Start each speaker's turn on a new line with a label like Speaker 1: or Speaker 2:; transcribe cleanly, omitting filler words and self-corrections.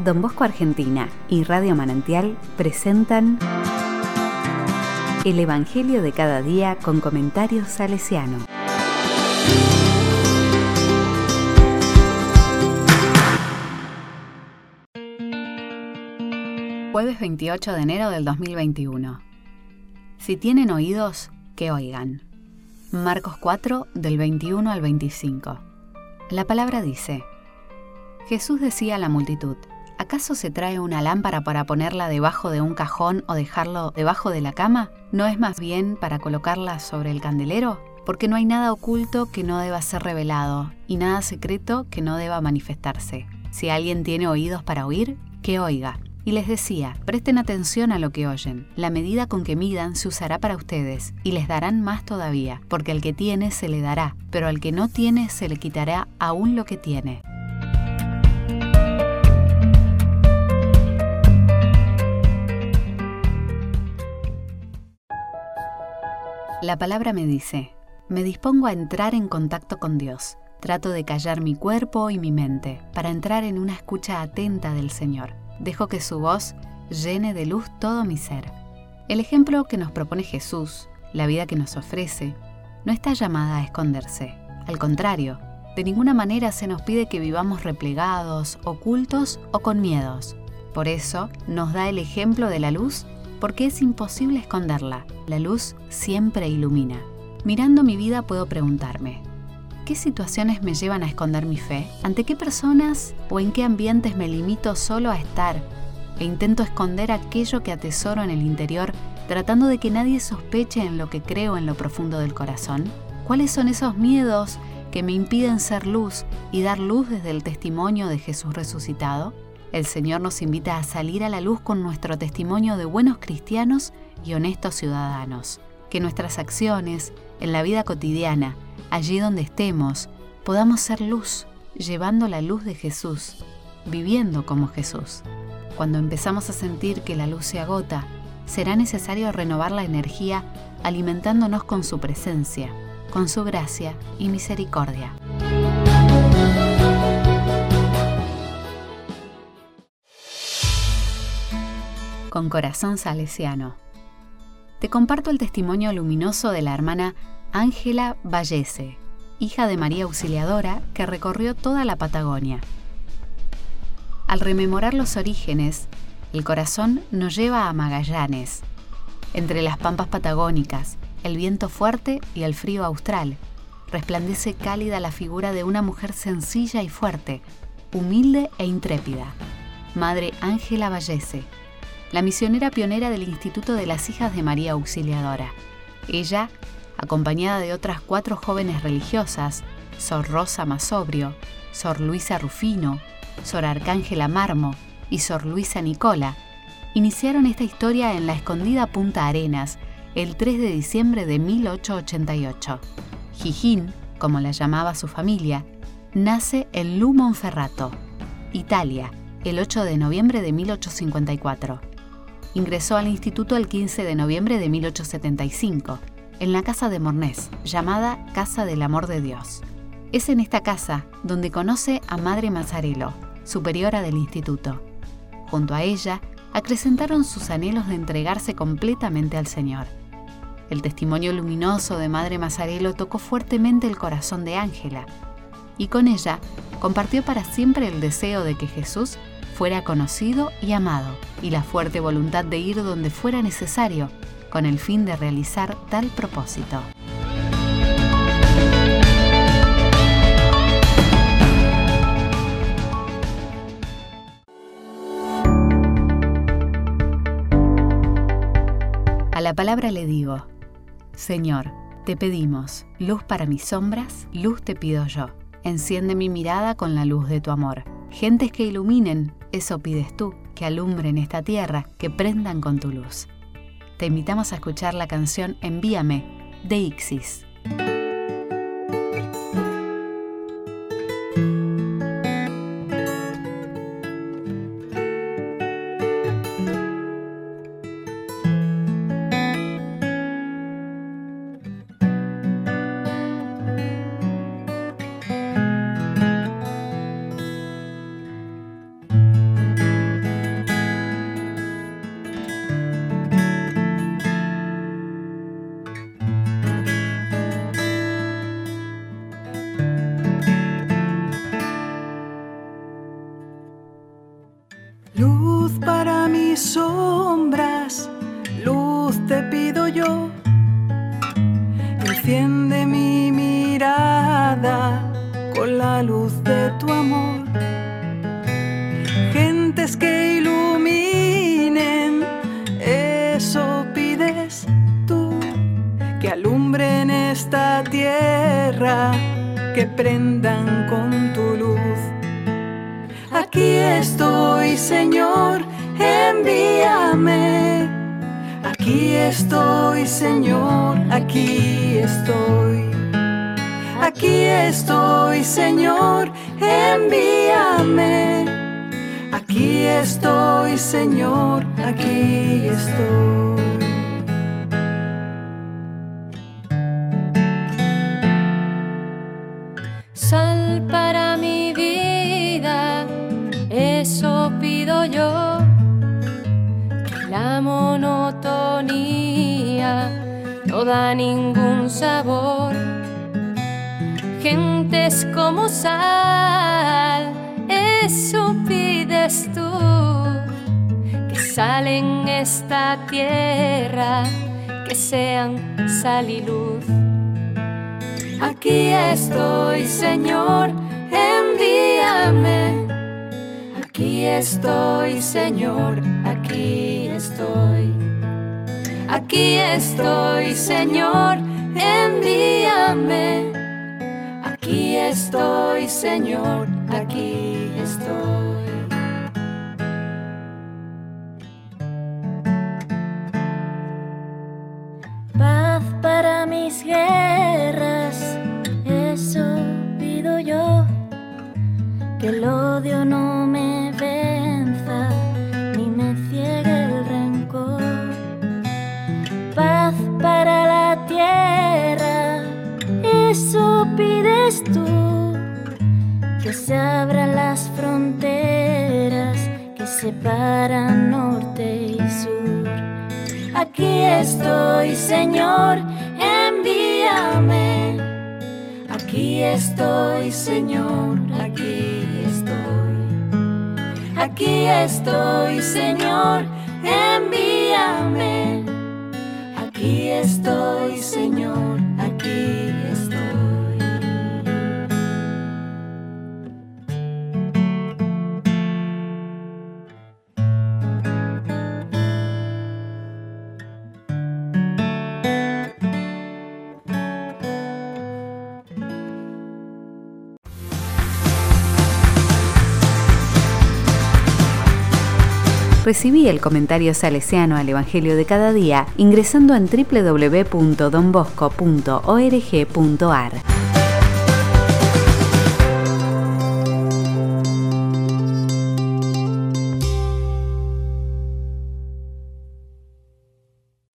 Speaker 1: Don Bosco Argentina y Radio Manantial presentan El Evangelio de cada día con comentarios salesiano. Jueves 28 de enero del 2021. Si tienen oídos, que oigan. Marcos 4, del 21 al 25. La palabra dice: Jesús decía a la multitud: ¿acaso se trae una lámpara para ponerla debajo de un cajón o dejarlo debajo de la cama? ¿No es más bien para colocarla sobre el candelero? Porque no hay nada oculto que no deba ser revelado, y nada secreto que no deba manifestarse. Si alguien tiene oídos para oír, que oiga. Y les decía: presten atención a lo que oyen. La medida con que midan se usará para ustedes, y les darán más todavía, porque al que tiene se le dará, pero al que no tiene se le quitará aún lo que tiene. La palabra me dice: me dispongo a entrar en contacto con Dios. Trato de callar mi cuerpo y mi mente para entrar en una escucha atenta del Señor. Dejo que su voz llene de luz todo mi ser. El ejemplo que nos propone Jesús, la vida que nos ofrece, no está llamada a esconderse. Al contrario, de ninguna manera se nos pide que vivamos replegados, ocultos o con miedos. Por eso nos da el ejemplo de la luz, porque es imposible esconderla. La luz siempre ilumina. Mirando mi vida puedo preguntarme: ¿qué situaciones me llevan a esconder mi fe? ¿Ante qué personas o en qué ambientes me limito solo a estar e intento esconder aquello que atesoro en el interior, tratando de que nadie sospeche en lo que creo en lo profundo del corazón? ¿Cuáles son esos miedos que me impiden ser luz y dar luz desde el testimonio de Jesús resucitado? El Señor nos invita a salir a la luz con nuestro testimonio de buenos cristianos y honestos ciudadanos. Que nuestras acciones, en la vida cotidiana, allí donde estemos, podamos ser luz, llevando la luz de Jesús, viviendo como Jesús. Cuando empezamos a sentir que la luz se agota, será necesario renovar la energía alimentándonos con su presencia, con su gracia y misericordia. Con corazón salesiano. Te comparto el testimonio luminoso de la hermana Ángela Vallese, hija de María Auxiliadora, que recorrió toda la Patagonia. Al rememorar los orígenes, el corazón nos lleva a Magallanes, entre las pampas patagónicas, el viento fuerte y el frío austral. Resplandece cálida la figura de una mujer sencilla y fuerte, humilde e intrépida, Madre Ángela Vallese, la misionera pionera del Instituto de las Hijas de María Auxiliadora. Ella, acompañada de otras 4 jóvenes religiosas, Sor Rosa Masobrio, Sor Luisa Rufino, Sor Arcángela Marmo y Sor Luisa Nicola, iniciaron esta historia en la escondida Punta Arenas el 3 de diciembre de 1888. Jijín, como la llamaba su familia, nace en Lu Monferrato, Italia, el 8 de noviembre de 1854. Ingresó al instituto el 15 de noviembre de 1875, en la casa de Mornés, llamada Casa del Amor de Dios. Es en esta casa donde conoce a Madre Mazzarello, superiora del instituto. Junto a ella, acrecentaron sus anhelos de entregarse completamente al Señor. El testimonio luminoso de Madre Mazzarello tocó fuertemente el corazón de Ángela, y con ella compartió para siempre el deseo de que Jesús fuera conocido y amado, y la fuerte voluntad de ir donde fuera necesario, con el fin de realizar tal propósito. A la palabra le digo: Señor, te pedimos, luz para mis sombras, luz te pido yo. Enciende mi mirada con la luz de tu amor. Gentes que iluminen, eso pides tú, que alumbren esta tierra, que prendan con tu luz. Te invitamos a escuchar la canción Envíame, de Ixis.
Speaker 2: Luz para mis sombras, luz te pido yo. Enciende mi mirada con la luz de tu amor. Gentes que iluminen, eso pides tú. Que alumbren esta tierra, que prendan con tu luz. Aquí estoy, Señor, envíame. Aquí estoy, Señor, aquí estoy. Aquí estoy, Señor, envíame. Aquí estoy, Señor, aquí estoy.
Speaker 3: Sal para mi vida, eso pido yo. Que la monotonía no da ningún sabor. Gentes como sal, eso pides tú. Que sal en esta tierra, que sean sal y luz. Aquí estoy, Señor, envíame. Aquí estoy, Señor, aquí estoy. Aquí estoy, Señor, envíame. Aquí estoy, Señor, aquí estoy.
Speaker 4: Paz para mis guerras, eso pido yo. Que el odio no me venza, ni me ciegue el rencor. Paz para la tierra, eso pides tú. Que se abran las fronteras que separan norte y sur. Aquí estoy, Señor, envíame. Aquí estoy, Señor, aquí estoy. Aquí estoy, Señor, envíame. Aquí estoy, Señor, aquí estoy.
Speaker 1: Recibí el comentario salesiano al Evangelio de cada día ingresando en www.donbosco.org.ar.